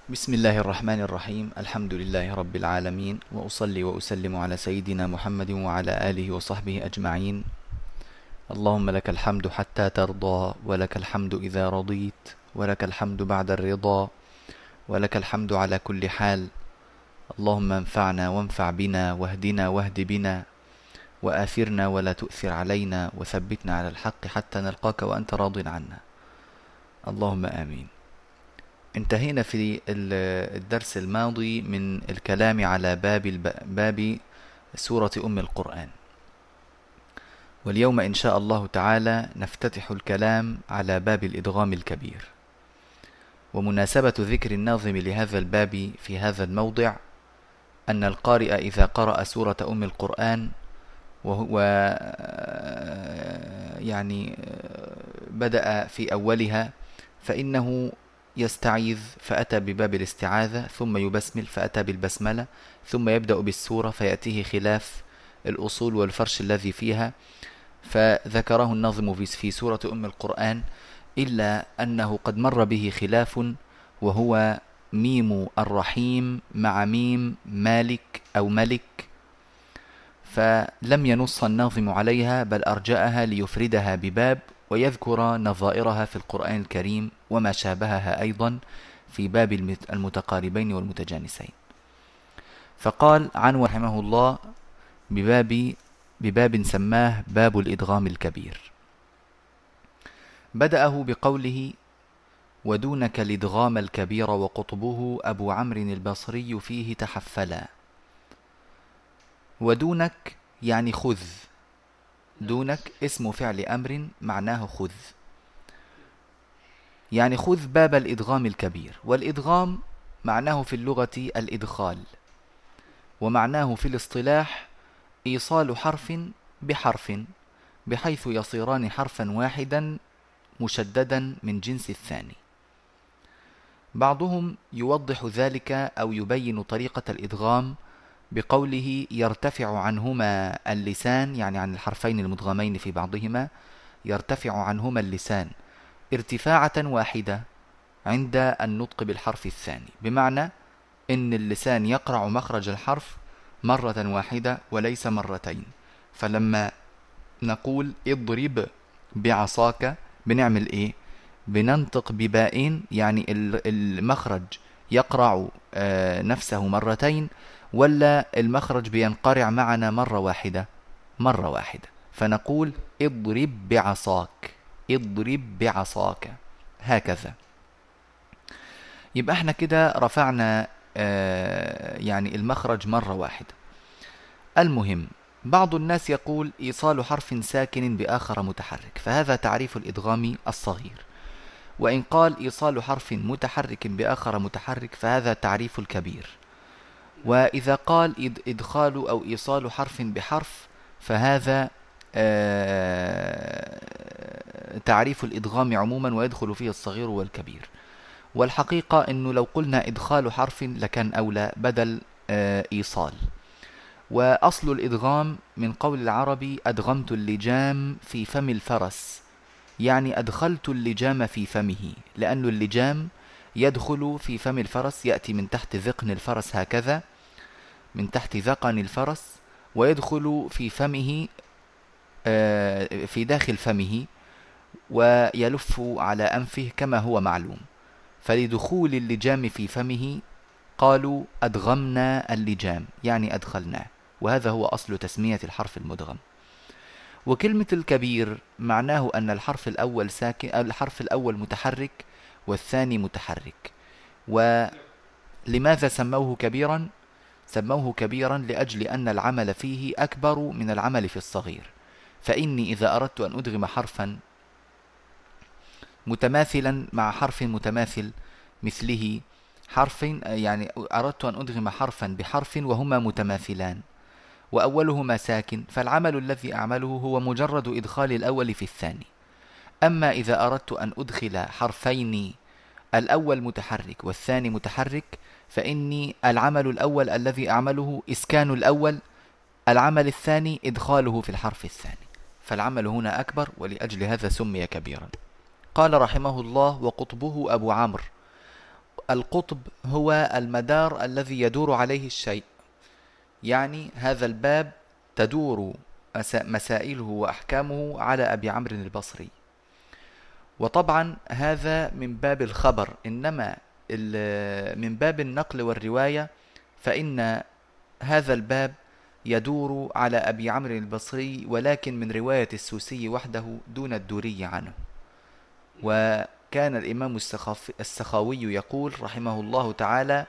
بسم الله الرحمن الرحيم. الحمد لله رب العالمين، وأصلي وأسلم على سيدنا محمد وعلى آله وصحبه أجمعين. اللهم لك الحمد حتى ترضى، ولك الحمد إذا رضيت، ولك الحمد بعد الرضا، ولك الحمد على كل حال. اللهم انفعنا وانفع بنا، واهدنا واهد بنا، وآثرنا ولا تؤثر علينا، وثبتنا على الحق حتى نلقاك وأنت راض عنا. اللهم آمين. انتهينا في الدرس الماضي من الكلام على باب سورة أم القرآن، واليوم إن شاء الله تعالى نفتتح الكلام على باب الإدغام الكبير. ومناسبة ذكر الناظم لهذا الباب في هذا الموضع أن القارئ إذا قرأ سورة أم القرآن وهو يعني بدأ في أولها، فإنه يستعيذ فأتى بباب الاستعاذة، ثم يبسمل فأتى بالبسملة، ثم يبدأ بالسورة فيأتيه خلاف الأصول والفرش الذي فيها، فذكره الناظم في سورة أم القرآن، إلا أنه قد مر به خلاف، وهو ميم الرحيم مع ميم مالك أو ملك، فلم ينص الناظم عليها، بل أرجأها ليفردها بباب ويذكر نظائرها في القرآن الكريم وما شابهها أيضا في باب المتقاربين والمتجانسين. فقال عنه رحمه الله بباب سماه باب الإدغام الكبير. بدأه بقوله: ودونك الإدغام الكبير وقطبه أبو عمرو البصري فيه تحفلا. ودونك يعني خذ، دونك اسم فعل أمر معناه خذ، يعني خذ باب الإدغام الكبير. والإدغام معناه في اللغة الإدخال، ومعناه في الاصطلاح إيصال حرف بحرف بحيث يصيران حرفا واحدا مشددا من جنس الثاني. بعضهم يوضح ذلك أو يبين طريقة الإدغام بقوله: يرتفع عنهما اللسان، يعني عن الحرفين المدغمين في بعضهما، يرتفع عنهما اللسان ارتفاعة واحدة عند النطق بالحرف الثاني، بمعنى إن اللسان يقرع مخرج الحرف مرة واحدة وليس مرتين. فلما نقول اضرب بعصاك بنعمل إيه؟ بننطق بباء، يعني المخرج يقرع نفسه مرتين، ولا المخرج بينقرع معنا مرة واحدة؟ مرة واحدة. فنقول اضرب بعصاك، اضرب بعصاك، هكذا. يبقى احنا كده رفعنا يعني المخرج مرة واحدة. المهم، بعض الناس يقول إيصال حرف ساكن بآخر متحرك، فهذا تعريف الإدغام الصغير. وإن قال إيصال حرف متحرك بآخر متحرك فهذا تعريف الكبير. وإذا قال إدخال أو إيصال حرف بحرف فهذا تعريف الإدغام عموما، ويدخل فيه الصغير والكبير. والحقيقة أنه لو قلنا إدخال حرف لكان أولى بدل إيصال. وأصل الإدغام من قول العربي: أدغمت اللجام في فم الفرس، يعني أدخلت اللجام في فمه، لأن اللجام يدخل في فم الفرس، يأتي من تحت ذقن الفرس هكذا، من تحت ذقن الفرس، ويدخل في فمه في داخل فمه، ويلف على أنفه كما هو معلوم. فلدخول اللجام في فمه قالوا أدغمنا اللجام، يعني أدخلناه، وهذا هو أصل تسمية الحرف المدغم. وكلمة الكبير معناه أن الحرف الأول ساكن، الحرف الأول متحرك والثاني متحرك. ولماذا سموه كبيرا؟ سموه كبيرا لأجل أن العمل فيه أكبر من العمل في الصغير. فإني إذا أردت أن أدغم حرفا متماثلا مع حرف متماثل مثله، حرف يعني أردت أن أدغم حرفا بحرف وهما متماثلان وأولهما ساكن، فالعمل الذي أعمله هو مجرد إدخال الأول في الثاني. أما إذا أردت أن أدخل حرفين الأول متحرك والثاني متحرك، فإني العمل الأول الذي أعمله إسكان الأول، العمل الثاني إدخاله في الحرف الثاني، فالعمل هنا أكبر، ولأجل هذا سمي كبيرا. قال رحمه الله: وقطبه أبو عمرو. القطب هو المدار الذي يدور عليه الشيء، يعني هذا الباب تدور مسائله وأحكامه على أبي عمرو البصري. وطبعا هذا من باب الخبر، إنما من باب النقل والرواية فإن هذا الباب يدور على أبي عمرو البصري، ولكن من رواية السوسي وحده دون الدوري عنه. وكان الإمام السخاوي يقول رحمه الله تعالى: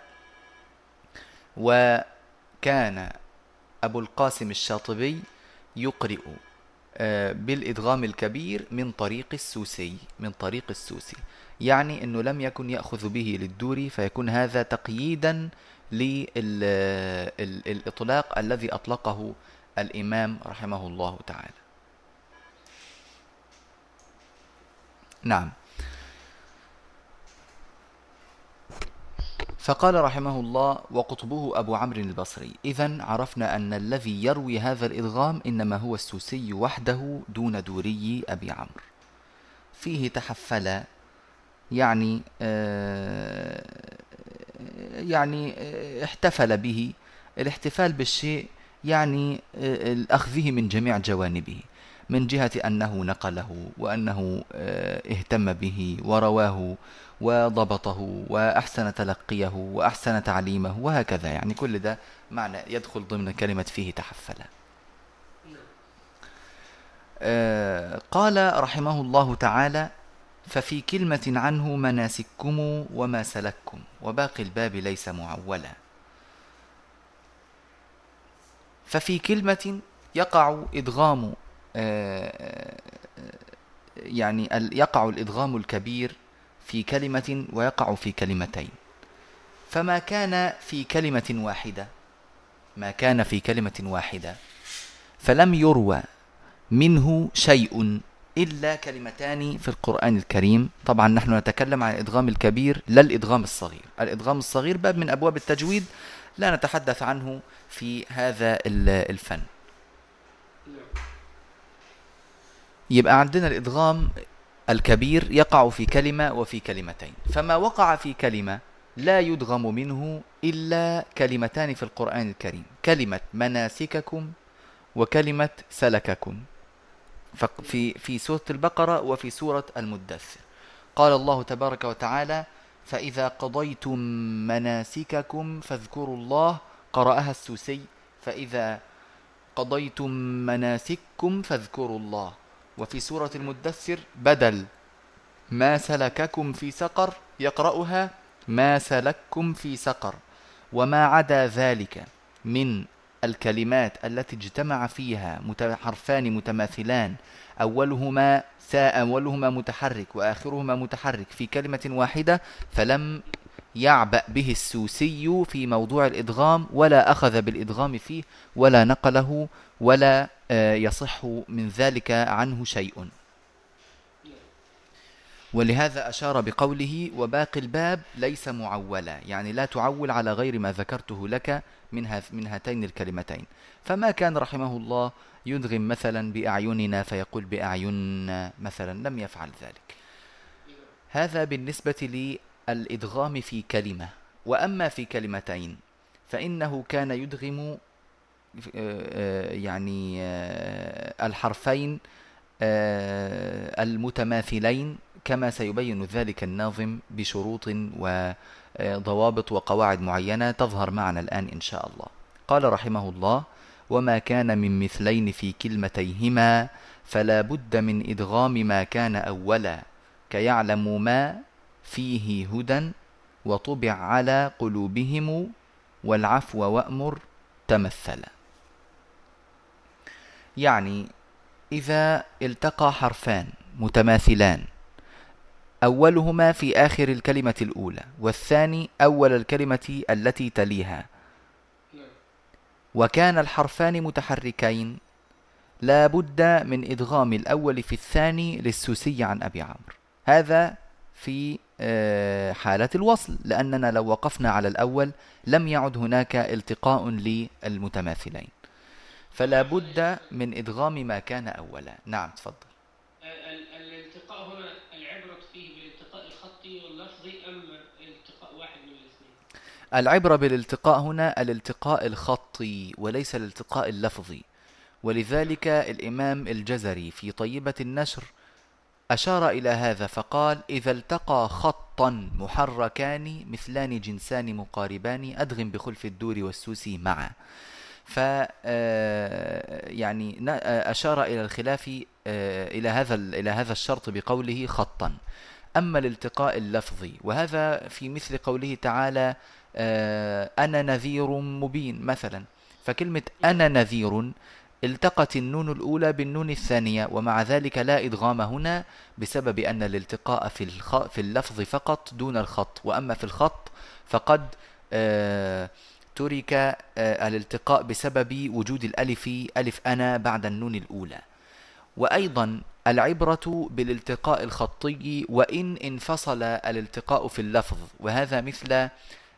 وكان أبو القاسم الشاطبي يقرئ بالإدغام الكبير من طريق السوسي، يعني أنه لم يكن يأخذ به للدوري، فيكون هذا تقييدا للإطلاق الذي أطلقه الإمام رحمه الله تعالى. نعم. فقال رحمه الله: وقطبه أبو عمرو البصري. إذن عرفنا أن الذي يروي هذا الإدغام إنما هو السوسي وحده دون دوري أبي عمرو. فيه تحفل، يعني احتفل به. الاحتفال بالشيء يعني الأخذه من جميع جوانبه، من جهة أنه نقله، وأنه اهتم به ورواه وضبطه وأحسن تلقيه وأحسن تعليمه وهكذا، يعني كل ده معنى يدخل ضمن كلمة فيه تحفل. قال رحمه الله تعالى: ففي كلمة عنه مناسككم وما سلككم، وباقي الباب ليس معولا. ففي كلمة يقع إدغام، يعني يقع الإدغام الكبير في كلمة ويقع في كلمتين. فما كان في كلمة واحدة فلم يروى منه شيء إلا كلمتان في القرآن الكريم. طبعا نحن نتكلم عن الإدغام الكبير لا الإدغام الصغير. الإدغام الصغير باب من أبواب التجويد لا نتحدث عنه في هذا الفن. يبقى عندنا الإدغام الكبير يقع في كلمة وفي كلمتين، فما وقع في كلمة لا يدغم منه إلا كلمتان في القرآن الكريم: كلمة مناسككم وكلمة سلككم، في سورة البقرة وفي سورة المدثر. قال الله تبارك وتعالى: فإذا قضيتم مناسككم فاذكروا الله، قرأها السوسي: فإذا قضيتم مناسككم فاذكروا الله. وفي سورة المدثر بدل ما سلككم في سقر يقرأها ما سلككم في سقر. وما عدا ذلك من الكلمات التي اجتمع فيها حرفان متماثلان أولهما متحرك وآخرهما متحرك في كلمة واحدة، فلم يعبأ به السوسي في موضوع الإدغام، ولا أخذ بالإدغام فيه، ولا نقله، ولا يصح من ذلك عنه شيء. ولهذا أشار بقوله: وباقي الباب ليس معولا، يعني لا تعول على غير ما ذكرته لك من هاتين الكلمتين. فما كان رحمه الله يدغم مثلا بأعيننا فيقول بأعيننا مثلا، لم يفعل ذلك. هذا بالنسبة للإدغام في كلمة. وأما في كلمتين فإنه كان يدغم يعني الحرفين المتماثلين، كما سيبين ذلك الناظم بشروط وضوابط وقواعد معينة تظهر معنا الآن إن شاء الله. قال رحمه الله: وما كان من مثلين في كلمتيهما فلا بد من إدغام ما كان أولا، كيعلم ما فيه هدى وطبع على قلوبهم والعفو وأمر تمثلا. يعني إذا التقى حرفان متماثلان أولهما في آخر الكلمة الأولى والثاني أول الكلمة التي تليها، وكان الحرفان متحركين، لا بد من إدغام الأول في الثاني للسوسي عن أبي عمرو. هذا في حالة الوصل، لأننا لو وقفنا على الأول لم يعد هناك التقاء للمتماثلين، فلا بد من إدغام ما كان أولا. نعم تفضل. الالتقاء هنا العبرة فيه بالالتقاء الخطي واللفظي لفظي أم التقاء واحد من الاثنين؟ العبرة بالالتقاء هنا الالتقاء الخطي وليس الالتقاء اللفظي. ولذلك الإمام الجزري في طيبة النشر أشار إلى هذا فقال: إذا التقى خطا محركان مثلان جنسان مقاربان أدغم بخلف الدور والسوس معا. ف يعني أشار إلى الخلاف إلى هذا الشرط بقوله خطا. أما الالتقاء اللفظي وهذا في مثل قوله تعالى: أنا نذير مبين مثلا. فكلمة نعم. أنا نذير التقت النون الأولى بالنون الثانية، ومع ذلك لا إدغام هنا بسبب أن الالتقاء في اللفظ فقط دون الخط، وأما في الخط فقد ترك الالتقاء بسبب وجود الألف، ألف أنا بعد النون الأولى. نعم. وأيضا العبرة بالالتقاء الخطي وإن انفصل الالتقاء في اللفظ، وهذا مثل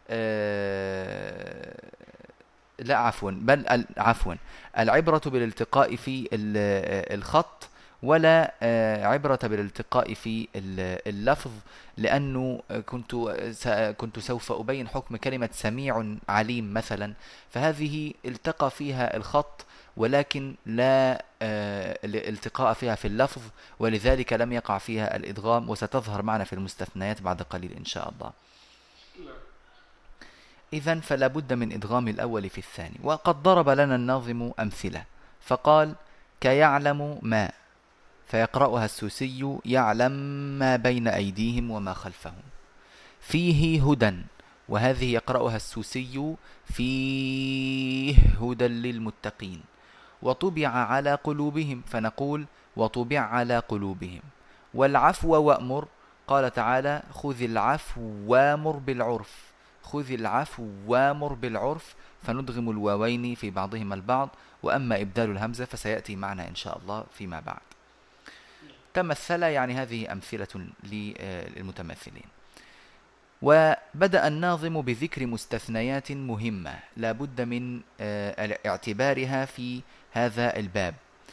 لا عفوا، بل عفوا، العبرة بالالتقاء في الخط ولا عبرة بالالتقاء في اللفظ، لأنه كنت سوف أبين حكم كلمة سميع عليم مثلا، فهذه التقى فيها الخط ولكن لا الالتقاء فيها في اللفظ، ولذلك لم يقع فيها الإدغام، وستظهر معنا في المستثنيات بعد قليل إن شاء الله. نعم. إذن فلا بد من إدغام الأول في الثاني. وقد ضرب لنا الناظم أمثلة فقال: كيعلم ما، فيقرأها السوسي: يعلم ما بين أيديهم وما خلفهم. فيه هدى، وهذه يقرأها السوسي: فيه هدى للمتقين. وطبع على قلوبهم، فنقول: وطبع على قلوبهم. والعفو وأمر، قال تعالى: خذ العفو وامر بالعرف. خذ العفو وامر بالعرف، فندغم الواوين في بعضهما البعض. وأما إبدال الهمزة فسيأتي معنا إن شاء الله فيما بعد. تمثل، يعني هذه أمثلة للمتمثلين. وبدأ الناظم بذكر مستثنيات مهمة لا بد من اعتبارها في هذا الباب.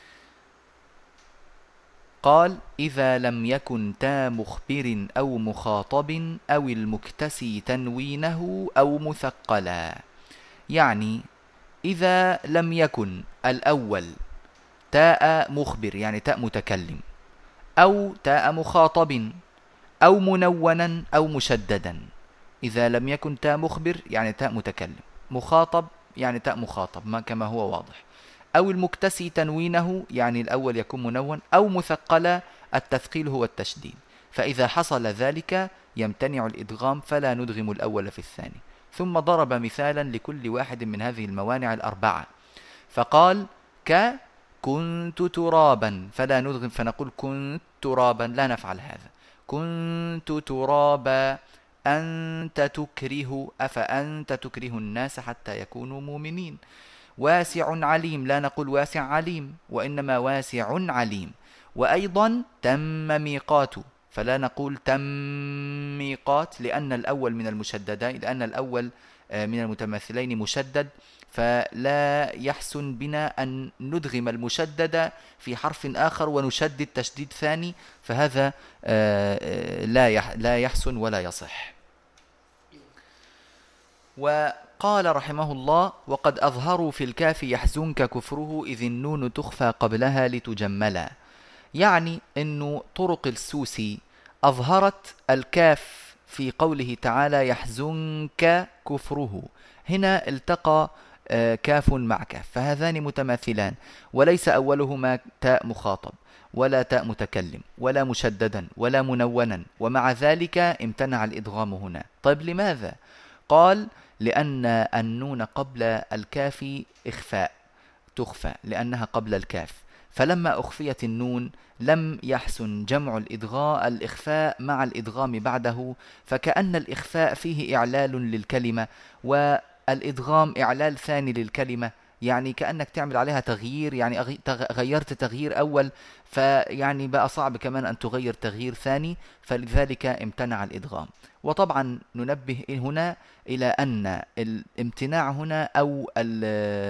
قال: إذا لم يكن تا مخبر أو مخاطب أو المكتسي تنوينه أو مثقلا. يعني إذا لم يكن الأول تاء مخبر يعني تاء متكلم، أو تاء مخاطب، أو منونا أو مشددا. إذا لم يكن تاء مخبر يعني تاء متكلم، مخاطب يعني تاء مخاطب ما كما هو واضح، أو المكتسي تنوينه يعني الأول يكون منون، أو مثقلة التثقيل هو التشديد. فإذا حصل ذلك يمتنع الإدغام فلا ندغم الأول في الثاني. ثم ضرب مثالا لكل واحد من هذه الموانع الأربعة فقال: كنت ترابا، فلا ندغم فنقول كنت ترابا، لا نفعل هذا. كنت ترابا. أنت تكره، أفأنت تكره الناس حتى يكونوا مؤمنين. واسع عليم، لا نقول واسع عليم وإنما واسع عليم. وأيضا تم ميقات، فلا نقول تم ميقات لأن الأول من المشددين، لأن الأول من المتمثلين مشدد، فلا يحسن بنا أن ندغم المشدد في حرف آخر ونشدد تشديد ثاني، فهذا لا يحسن ولا يصح. وقال رحمه الله: وقد أظهروا في الكاف يحزنك كفره إذ النون تخفى قبلها لتجملا. يعني أنه طرق السوسي أظهرت الكاف في قوله تعالى: يحزنك كفره. هنا التقى كاف مع كاف، فهذان متماثلان، وليس أولهما تاء مخاطب ولا تاء متكلم ولا مشددا ولا منونا، ومع ذلك امتنع الإدغام هنا. طيب لماذا؟ قال: لأن النون قبل الكاف إخفاء، تخفى لأنها قبل الكاف، فلما أخفيت النون لم يحسن جمع الإخفاء مع الإدغام بعده، فكأن الإخفاء فيه إعلال للكلمة والإدغام إعلال ثاني للكلمة، يعني كأنك تعمل عليها تغيير، يعني غيرت تغيير أول، فيعني بقى صعب كمان أن تغير تغيير ثاني، فلذلك امتنع الإدغام. وطبعا ننبه هنا إلى أن الامتناع هنا أو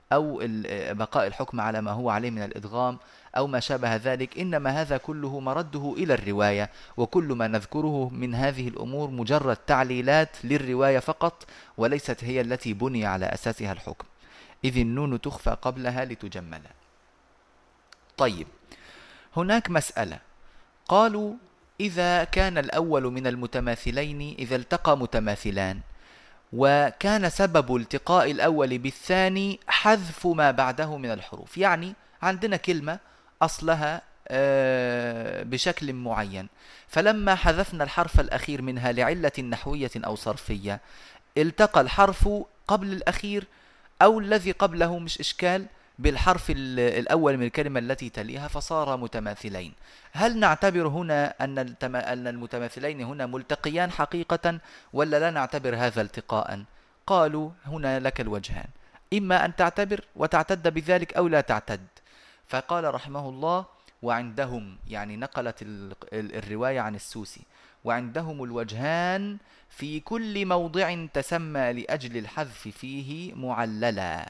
أو بقاء الحكم على ما هو عليه من الإدغام أو ما شابه ذلك، إنما هذا كله مرده إلى الرواية، وكل ما نذكره من هذه الأمور مجرد تعليلات للرواية فقط، وليست هي التي بني على أساسها الحكم، إذ النون تخفى قبلها لتجمل. طيب، هناك مسألة، قالوا إذا كان الأول من المتماثلين، إذا التقى متماثلان وكان سبب التقاء الأول بالثاني حذف ما بعده من الحروف، يعني عندنا كلمة أصلها بشكل معين، فلما حذفنا الحرف الأخير منها لعلة نحوية أو صرفية، التقى الحرف قبل الأخير أو الذي قبله مش إشكال بالحرف الأول من الكلمة التي تليها فصار متماثلين. هل نعتبر هنا أن المتماثلين هنا ملتقيان حقيقة، ولا لا نعتبر هذا التقاء؟ قالوا هنا لك الوجهان، إما أن تعتبر وتعتد بذلك أو لا تعتد. فقال رحمه الله: وعندهم، يعني نقلت الرواية عن السوسي، وعندهم الوجهان في كل موضع تسمى لأجل الحذف فيه معللا،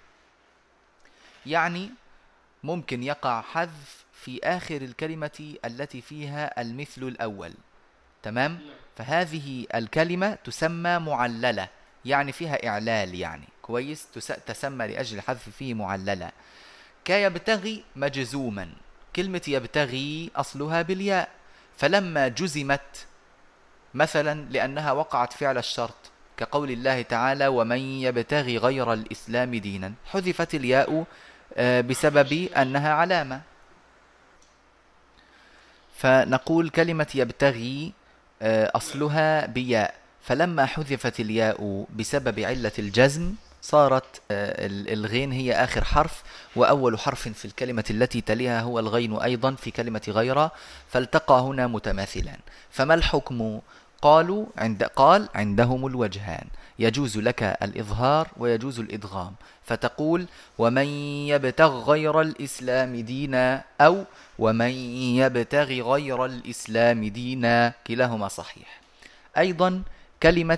يعني ممكن يقع حذف في آخر الكلمة التي فيها المثل الأول، تمام؟ فهذه الكلمة تسمى معللة، يعني فيها إعلال، يعني كويس، تسمى لأجل الحذف فيه معللا. كيبتغي مجزوما، كلمة يبتغي أصلها بالياء، فلما جزمت مثلا لأنها وقعت فعل الشرط، كقول الله تعالى: ومن يبتغي غير الإسلام دينا، حذفت الياء بسبب أنها علامة. فنقول كلمة يبتغي أصلها بياء، فلما حذفت الياء بسبب علة الجزم صارت الغين هي آخر حرف، وأول حرف في الكلمة التي تليها هو الغين أيضا في كلمة غير، فالتقى هنا متماثلان. فما الحكم؟ قال عندهم الوجهان، يجوز لك الإظهار ويجوز الإدغام، فتقول: ومن يبتغ غير الإسلام دينا، أو ومن يبتغ غير الإسلام دينا، كلاهما صحيح. أيضا كلمة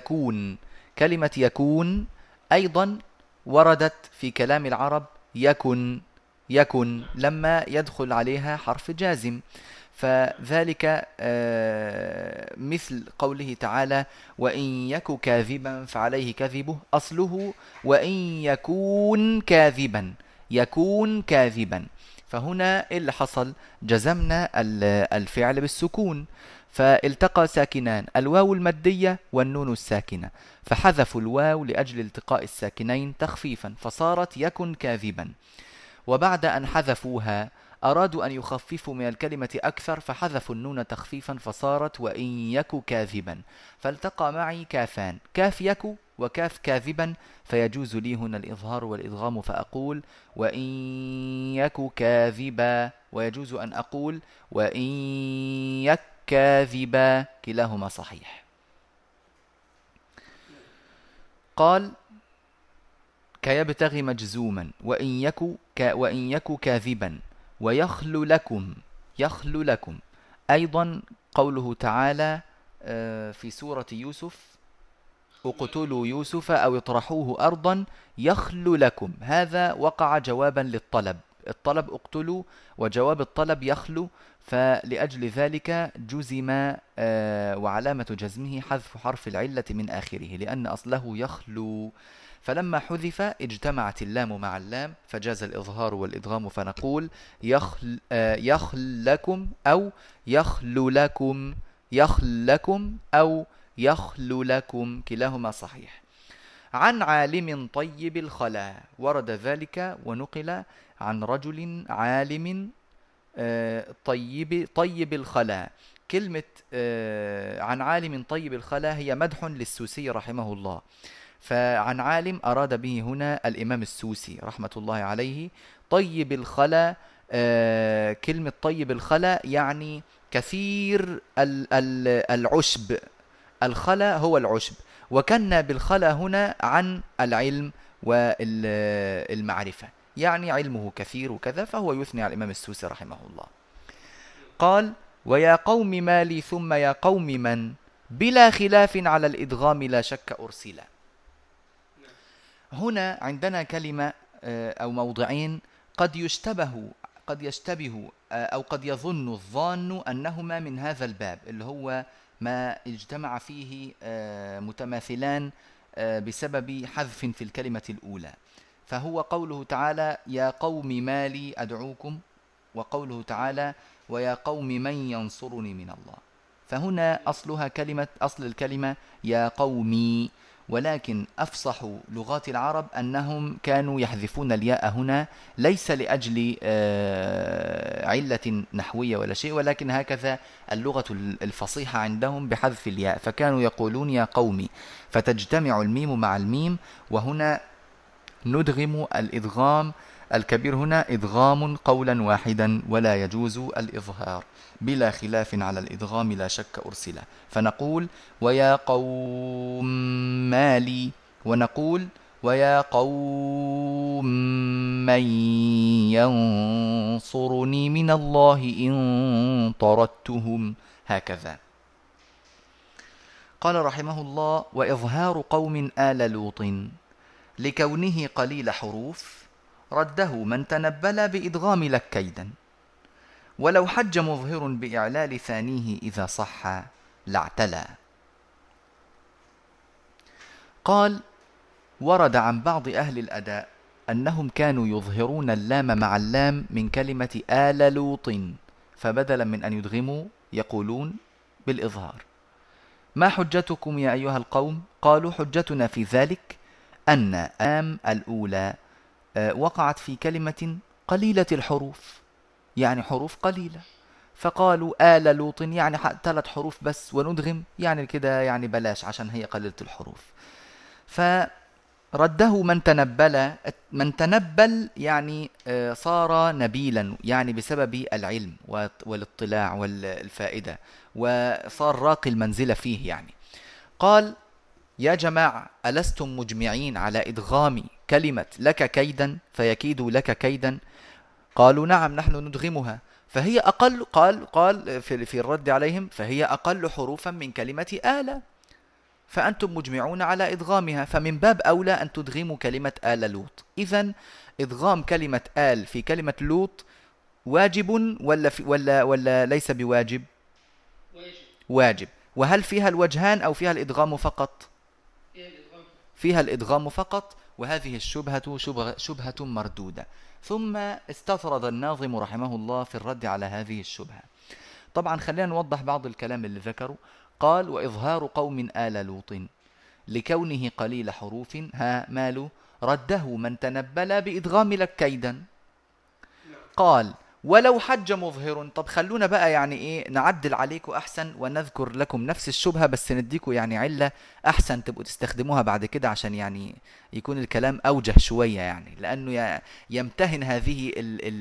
يكون أيضا وردت في كلام العرب يكن لما يدخل عليها حرف جازم، فذلك مثل قوله تعالى: وإن يك كاذبا فعليه كذبه، أصله وإن يكون كاذبا، فهنا اللي حصل جزمنا الفعل بالسكون، فالتقى ساكنان، الواو المادية والنون الساكنة، فحذفوا الواو لأجل التقاء الساكنين تخفيفا، فصارت يكن كاذبا. وبعد أن حذفوها أرادوا أن يخففوا من الكلمة أكثر، فحذفوا النون تخفيفا، فصارت وإن يك كاذبا، فالتقى معي كافان، كاف يك وكاف كاذبا، فيجوز لي هنا الإظهار والإدغام، فأقول: وإن يك كاذبا، ويجوز أن أقول: وإن يك كاذبا، كلاهما صحيح. قال: كيبتغي مجزوما، وإن يك كاذبا، ويخل لكم أيضا قوله تعالى في سورة يوسف: اقتلوا يوسف أو اطرحوه أرضا يخل لكم، هذا وقع جوابا للطلب، الطلب اقتلوا وجواب الطلب يخلو، فلأجل ذلك جزم وعلامة جزمه حذف حرف العلة من آخره، لأن أصله يخلو، فلما حذف اجتمعت اللام مع اللام فجاز الإظهار والإدغام، فنقول يخل لكم أو يخل لكم أو يخل لكم، كلاهما صحيح. عن عالم طيب الخلا، ورد ذلك ونقل عن رجل عالم طيب الخلا. كلمة عن عالم طيب الخلا هي مدح للسوسي رحمه الله، فعن عالم أراد به هنا الإمام السوسي رحمة الله عليه. طيب الخلا، كلمة طيب الخلا يعني كثير العشب، الخلا هو العشب، وكنا بالخلا هنا عن العلم والمعرفة، يعني علمه كثير وكذا، فهو يثني على الإمام السوسي رحمه الله. قال: ويا قوم مالي ثم يا قوم من، بلا خلاف على الإدغام لا شك أرسلا. هنا عندنا كلمة أو موضعين قد يشتبه أو قد يظن الظان أنهما من هذا الباب، اللي هو ما اجتمع فيه متماثلان بسبب حذف في الكلمة الأولى. فهو قوله تعالى يا قوم ما لي أدعوكم، وقوله تعالى ويا قوم من ينصرني من الله. فهنا أصل الكلمة يا قومي، ولكن أفصح لغات العرب أنهم كانوا يحذفون الياء هنا، ليس لأجل علة نحوية ولا شيء، ولكن هكذا اللغة الفصيحة عندهم بحذف الياء، فكانوا يقولون يا قومي، فتجتمع الميم مع الميم. وهنا ندغم الإدغام الكبير، هنا إدغام قولا واحدا ولا يجوز الإظهار، بلا خلاف على الإدغام لا شك أرسله. فنقول ويا قوم مالي، ونقول ويا قوم من ينصرني من الله إن طردتهم، هكذا. قال رحمه الله وإظهار قوم آل لوط لكونه قليل حروف رده من تنبل بإدغام لك كيدا، ولو حج مظهر بإعلال ثانيه إذا صح لاعتلى. قال ورد عن بعض أهل الأداء أنهم كانوا يظهرون اللام مع اللام من كلمة آل لوط، فبدلا من أن يدغموا يقولون بالإظهار. ما حجتكم يا أيها القوم؟ قالوا حجتنا في ذلك أن آم الأولى وقعت في كلمة قليلة الحروف، يعني حروف قليلة، فقالوا آل لوط يعني 3 حروف بس، وندغم يعني كده يعني بلاش عشان هي قليلة الحروف. فرده من تنبل يعني صار نبيلا، يعني بسبب العلم والاطلاع والفائدة، وصار راقي المنزلة فيه يعني. قال يا جماعة ألستم مجمعين على إدغام كلمة لك كيدا فيكيد لك كيدا؟ قالوا نعم نحن ندغمها، فهي أقل، قال في الرد عليهم فهي أقل حروفا من كلمة آل، فأنتم مجمعون على إدغامها، فمن باب أولى أن تدغموا كلمة آل لوط. إذن إدغام كلمة آل في كلمة لوط واجب ولا ليس بواجب؟ واجب. وهل فيها الوجهان أو فيها الإدغام فقط؟ فيها الإدغام فقط، وهذه الشبهة شبهة مردودة. ثم استطرد الناظم رحمه الله في الرد على هذه الشبهة. طبعا خلينا نوضح بعض الكلام اللي ذكره. قال وإظهار قوم آل لوط لكونه قليل حروف ماله رده من تنبل بإدغام لك كيدا. قال ولو حج مظهر. طب خلونا بقى يعني ايه نعدل عليكم احسن ونذكر لكم نفس الشبهة، بس نديكم يعني علة احسن تبقوا تستخدموها بعد كده عشان يعني يكون الكلام اوجه شوية، يعني لانه يمتهن هذه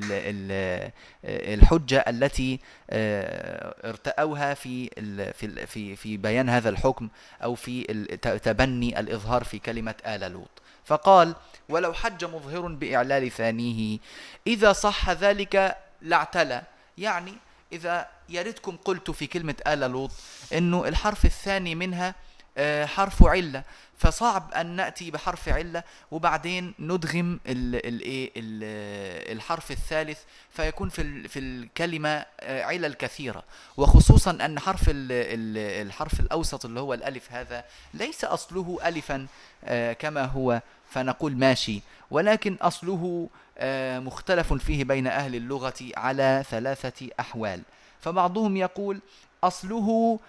الحجة التي ارتأوها في بيان هذا الحكم او في تبني الاظهار في كلمة آل لوط. فقال ولو حج مظهر بإعلال ثانيه إذا صح ذلك لاعتلى، يعني إذا يردكم قلت في كلمة آل لوط إنه الحرف الثاني منها حرف علة، فصعب أن نأتي بحرف علة وبعدين ندغم الحرف الثالث فيكون في الكلمة علل كثيرة، وخصوصا أن الحرف الأوسط اللي هو الألف هذا ليس أصله ألفا كما هو، فنقول ماشي، ولكن أصله مختلف فيه بين أهل اللغة على 3 أحوال. فبعضهم يقول أصله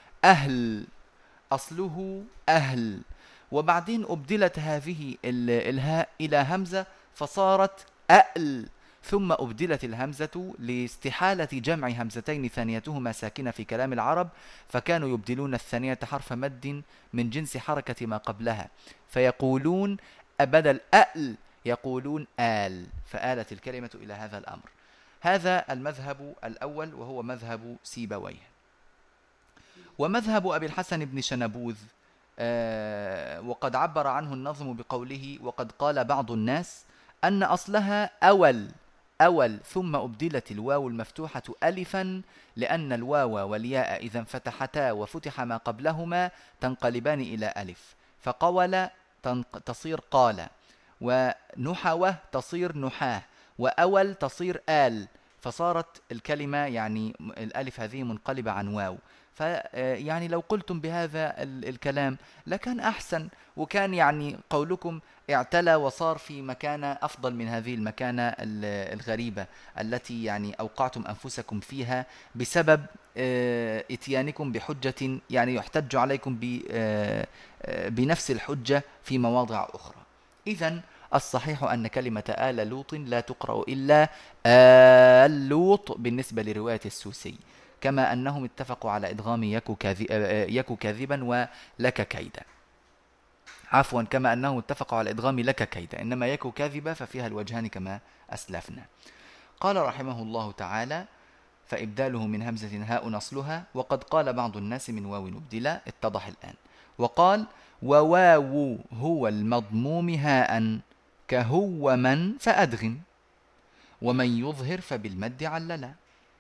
أهل، وبعدين أبدلت هذه الهاء إلى همزة فصارت أأل، ثم أبدلت الهمزة لاستحالة جمع همزتين ثانيتهما ساكنة في كلام العرب، فكانوا يبدلون الثانية حرف مد من جنس حركة ما قبلها، فيقولون بدل أأل يقولون آل، فآلت الكلمة إلى هذا الأمر. هذا المذهب الأول وهو مذهب سيبويه. ومذهب أبي الحسن بن شنبوذ وقد عبر عنه النظم بقوله وقد قال بعض الناس أن أصلها أول ثم أبدلت الواو المفتوحة ألفا، لأن الواو والياء إذا انفتحتا وفتح ما قبلهما تنقلبان إلى ألف، فقول تصير قال، ونحوة تصير نحاه، وأول تصير آل، فصارت الكلمة يعني الألف هذه منقلبة عن واو. فيعني لو قلتم بهذا الكلام لكان أحسن، وكان يعني قولكم اعتلى وصار في مكانة أفضل من هذه المكانة الغريبة التي يعني أوقعتم أنفسكم فيها بسبب إتيانكم بحجة يعني يحتج عليكم بنفس الحجة في مواضع أخرى. إذن الصحيح أن كلمة آل لوط لا تقرأ إلا آل لوط بالنسبة لرواية السوسي، كما أنهم اتفقوا على إدغام يكو كاذبا ولك كيدا، عفوا كما أنهم اتفقوا على إدغام لك كيدا، إنما يكو كاذبة ففيها الوجهان كما أسلفنا. قال رحمه الله تعالى: فإبداله من همزة هاء أصلها، وقد قال بعض الناس من واو نبدلا، اتضح الآن. وقال: وواو هو المضموم هاء كهو من فأدغم، ومن يظهر فبالمد عللا،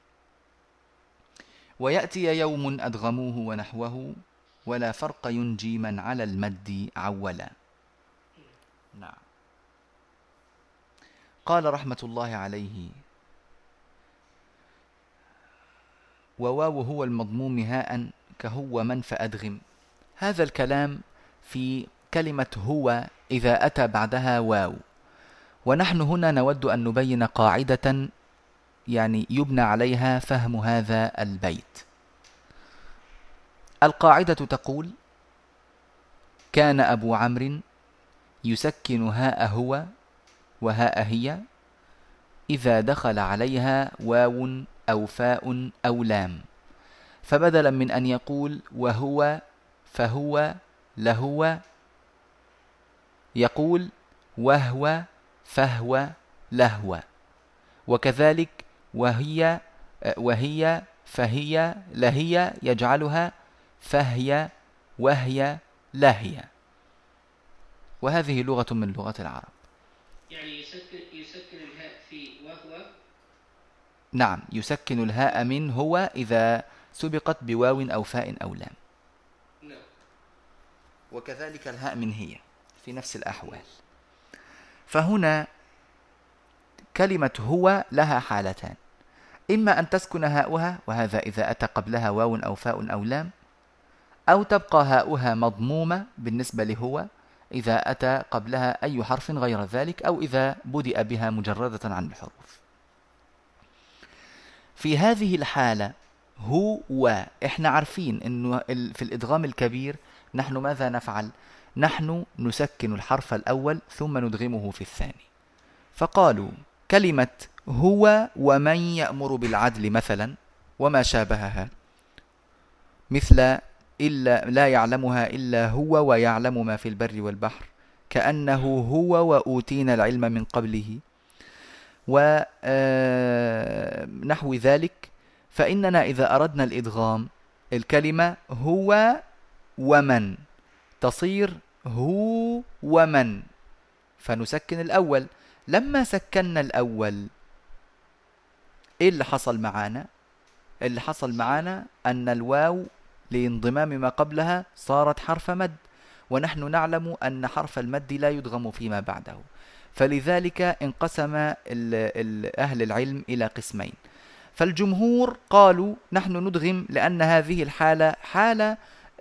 ويأتي يوم أدغموه ونحوه، ولا فرق ينجي من على المد عولا. نعم. قال رحمة الله عليه: وواو هو المضموم هاء كهو من فأدغم. هذا الكلام في كلمة هو إذا أتى بعدها واو، ونحن هنا نود أن نبين قاعدة يعني يبنى عليها فهم هذا البيت. القاعدة تقول: كان أبو عمرو يسكن هاء هو وهاء هي إذا دخل عليها واو أو فاء أو لام، فبدلا من أن يقول وهو فهو لهو يقول وهو فهو لهو، وكذلك وهي فهي لهي يجعلها فهي وهي لهي، وهذه لغة من لغات العرب. يعني يسكن الهاء في وهو. نعم، يسكن الهاء من هو إذا سبقت بواو أو فاء أو لام. نعم. وكذلك الهاء من هي في نفس الأحوال. فهنا كلمة هو لها حالتان: إما أن تسكن هاؤها، وهذا إذا أتى قبلها واو أو فاء أو لام، أو تبقى هاؤها مضمومة بالنسبة لهو إذا أتى قبلها أي حرف غير ذلك، أو إذا بدأ بها مجردة عن الحروف. في هذه الحالة هو إحنا عارفين أنه في الإدغام الكبير نحن ماذا نفعل؟ نحن نسكن الحرف الأول ثم ندغمه في الثاني. فقالوا كلمة هو ومن يأمر بالعدل مثلا وما شابهها، مثل إلا لا يعلمها إلا هو ويعلم ما في البر والبحر، كأنه هو وأوتينا العلم من قبله، ونحو ذلك. فإننا إذا أردنا الإدغام الكلمة هو ومن تصير هو ومن، فنسكن الأول. لما سكننا الأول إيه اللي حصل معانا؟ اللي حصل معانا أن الواو لانضمام ما قبلها صارت حرف مد، ونحن نعلم أن حرف المد لا يدغم فيما بعده. فلذلك انقسم أهل العلم إلى قسمين. فالجمهور قالوا نحن ندغم لأن هذه الحالة حالة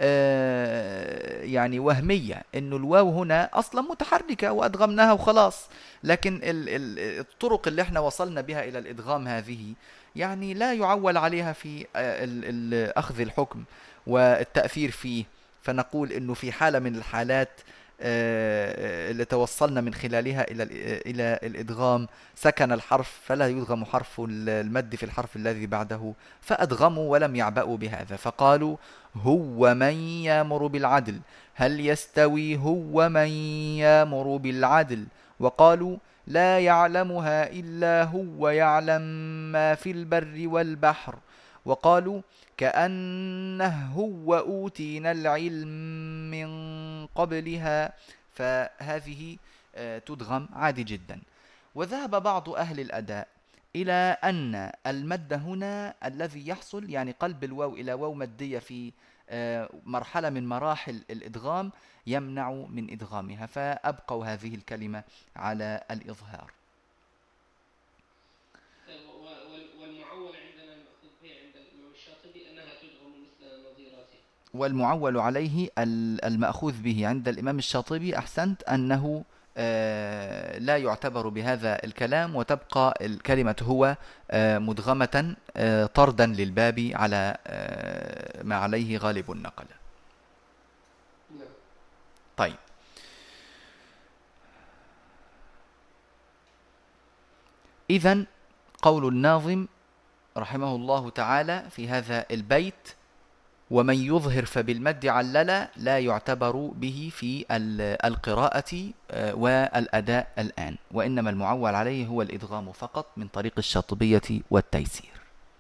يعني وهمية، إنه الواو هنا أصلا متحركة وأدغمناها وخلاص، لكن الطرق اللي احنا وصلنا بها إلى الإدغام هذه يعني لا يعول عليها في أخذ الحكم والتأثير فيه. فنقول إنه في حالة من الحالات اللي توصلنا من خلالها إلى الإدغام سكن الحرف فلا يدغم حرف المد في الحرف الذي بعده، فأدغموا ولم يعبأوا بهذا، فقالوا هو من يأمر بالعدل، هل يستوي هو من يأمر بالعدل؟ وقالوا لا يعلمها إلا هو يعلم ما في البر والبحر، وقالوا كأنه هو أوتينا العلم من قبلها، فهذه تدغم عادي جدا. وذهب بعض أهل الأداء إلى أن المد هنا الذي يحصل يعني قلب الواو إلى واو مدية في مرحلة من مراحل الإدغام يمنع من إدغامها، فأبقوا هذه الكلمة على الإظهار. والمعول عندنا المأخوذ به عند الإمام الشاطبي أنها تدغم مثل نظيراتها. والمعول عليه المأخوذ به عند الإمام الشاطبي، أحسنت، أنه لا يعتبر بهذا الكلام، وتبقى الكلمة هو مدغمة طردا للباب على ما عليه غالب النقل. طيب، إذن قول الناظم رحمه الله تعالى في هذا البيت: ومن يظهر فبالمد علل، لا يعتبر به في القراءة والأداء الآن، وإنما المعول عليه هو الإدغام فقط من طريق الشاطبية والتيسير.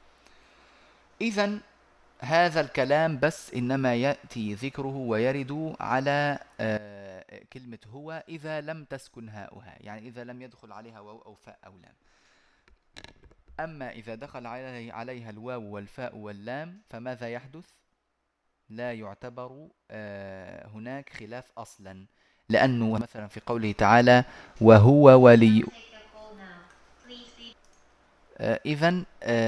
إذن هذا الكلام بس إنما يأتي ذكره ويرد على كلمة هو إذا لم تسكن هاؤها، يعني إذا لم يدخل عليها واو أو فاء أو لام. أما إذا دخل عليها الواو والفاء واللام فماذا يحدث؟ لا يعتبر هناك خلاف أصلا، لأنه مثلا في قوله تعالى: وهو ولي. إذن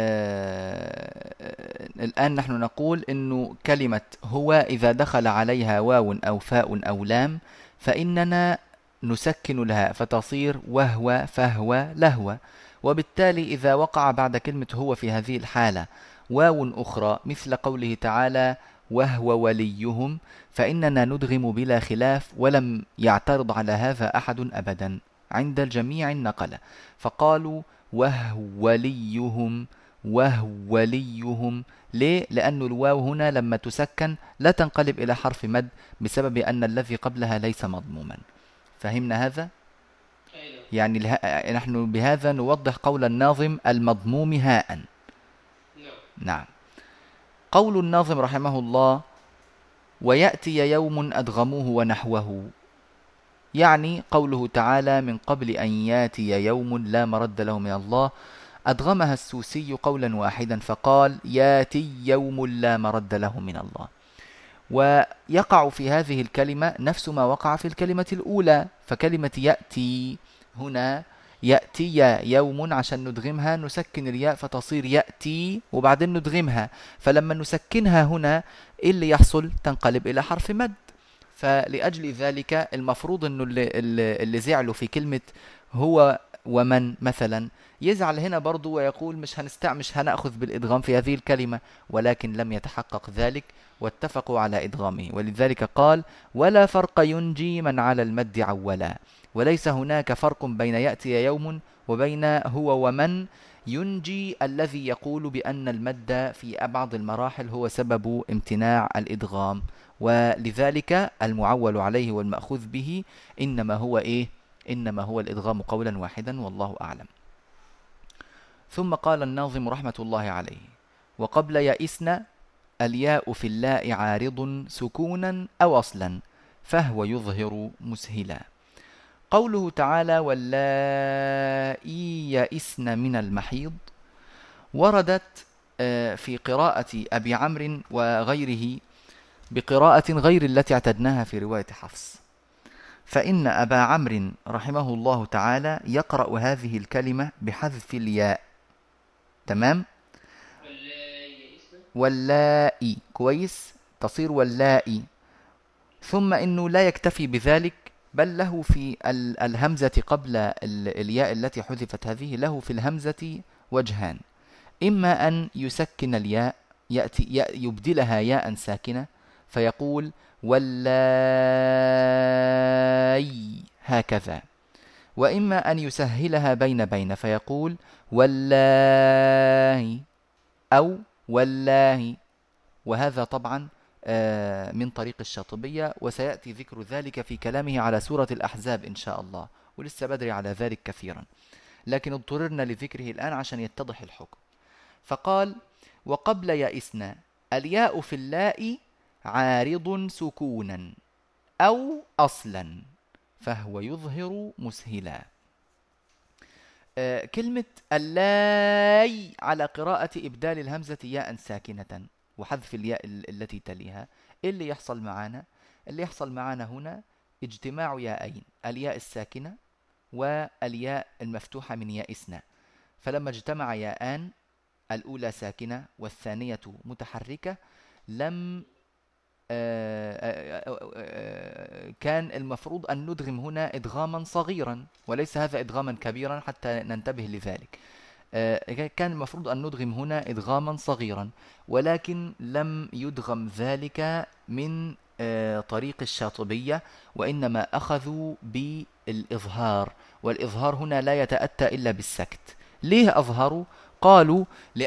الآن نحن نقول إنه كلمة هو إذا دخل عليها واو أو فاء أو لام فإننا نسكن الهاء فتصير وهو فهو لهو، وبالتالي إذا وقع بعد كلمة هو في هذه الحالة واو أخرى مثل قوله تعالى: وهو وليهم، فإننا ندغم بلا خلاف، ولم يعترض على هذا أحد أبدا عند الجميع النقلة، فقالوا وهو وليهم وهو وليهم. ليه؟ لأن الواو هنا لما تسكن لا تنقلب إلى حرف مد بسبب أن الذي قبلها ليس مضموما. فهمنا هذا؟ يعني نحن بهذا نوضح قول الناظم المضموم هاء. نعم. قول الناظم رحمه الله: ويأتي يوم أدغموه ونحوه، يعني قوله تعالى: من قبل أن ياتي يوم لا مرد له من الله، أدغمها السوسي قولا واحدا فقال: ياتي يوم لا مرد له من الله. ويقع في هذه الكلمة نفس ما وقع في الكلمة الأولى، فكلمة يأتي هنا يأتي يوم عشان ندغمها نسكن الياء فتصير يأتي وبعدين ندغمها، فلما نسكنها هنا إيه اللي يحصل؟ تنقلب إلى حرف مد. فلأجل ذلك المفروض أنه اللي زعلوا في كلمة هو ومن مثلا يزعل هنا برضو ويقول مش هنأخذ بالإدغام في هذه الكلمة، ولكن لم يتحقق ذلك واتفقوا على إدغامه، ولذلك قال: ولا فرق ينجي من على المد عولا. وليس هناك فرق بين يأتي يوم وبين هو ومن. ينجي الذي يقول بأن المد في بعض المراحل هو سبب امتناع الإدغام، ولذلك المعول عليه والمأخوذ به إنما هو إيه؟ إنما هو الإدغام قولا واحدا، والله أعلم. ثم قال الناظم رحمة الله عليه: وقبل يئسن الياء في اللاء عارض سكونا أو أصلا، فهو يظهر مسهلا. قوله تعالى: واللائي يئسن من المحيض، وردت في قراءة أبي عمرو وغيره بقراءة غير التي اعتدناها في رواية حفص، فإن أبا عمرو رحمه الله تعالى يقرأ هذه الكلمة بحذف الياء. تمام؟ واللائي، كويس، تصير واللائي. ثم إنه لا يكتفي بذلك، بل له في الهمزة قبل الياء التي حذفت هذه، له في الهمزة وجهان: إما أن يسكن الياء يبدلها ياء ساكنة فيقول واللاي هكذا، وإما أن يسهلها بين فيقول والله أو والله، وهذا طبعا من طريق الشاطبية، وسيأتي ذكر ذلك في كلامه على سورة الأحزاب إن شاء الله، ولسه بدري على ذلك كثيرا، لكن اضطررنا لذكره الآن عشان يتضح الحكم. فقال: وقبل يئسنا الياء في اللاء عارض سكونا أو أصلا، فهو يظهر مسهلا. كلمة اللاي على قراءة إبدال الهمزة ياء ساكنة، وحذف الياء التي تليها. إيه اللي يحصل معنا؟ اللي يحصل معنا هنا اجتماع ياءين، الياء الساكنة والياء المفتوحة من يائسنا. فلما اجتمع ياءان، الأولى ساكنة والثانية متحركة، لم كان المفروض أن ندغم هنا إدغاما صغيرا وليس هذا إدغاما كبيرا حتى ننتبه لذلك. كان المفروض أن ندغم هنا إدغاما صغيرا، ولكن لم يدغم ذلك من طريق الشاطبية، وإنما أخذوا بالإظهار، والإظهار هنا لا يتأتى إلا بالسكت. ليه أظهروا؟ قالوا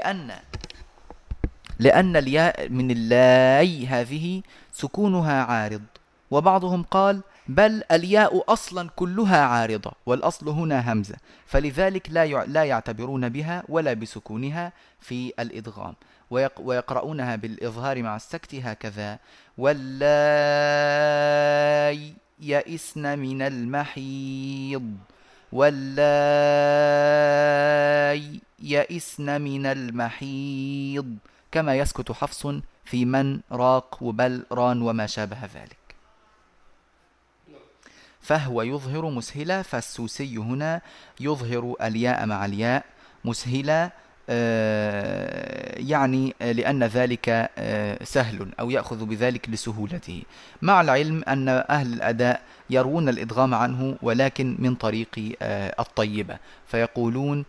لأن الياء من اللاي هذه سكونها عارض، وبعضهم قال بل الياء أصلا كلها عارضة والأصل هنا همزة، فلذلك لا يعتبرون بها ولا بسكونها في الإدغام، ويقرؤونها بالإظهار مع السكت هكذا: واللاي يئسن من المحيض، واللاي يئسن من المحيض، كما يسكت حفص في من، راق، وبل، ران، وما شابه ذلك. فهو يظهر مسهلا، فالسوسي هنا يظهر الياء مع الياء مسهلا، يعني لأن ذلك سهل، أو يأخذ بذلك لسهولته، مع العلم أن أهل الأداء يروون الإدغام عنه ولكن من طريق الطيبة، فيقولون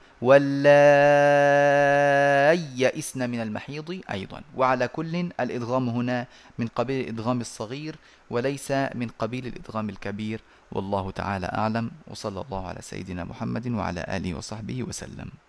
ولا يئسن من المحيض أيضا. وعلى كل الإدغام هنا من قبيل الإدغام الصغير وليس من قبيل الإدغام الكبير، والله تعالى أعلم، وصلى الله على سيدنا محمد وعلى آله وصحبه وسلم.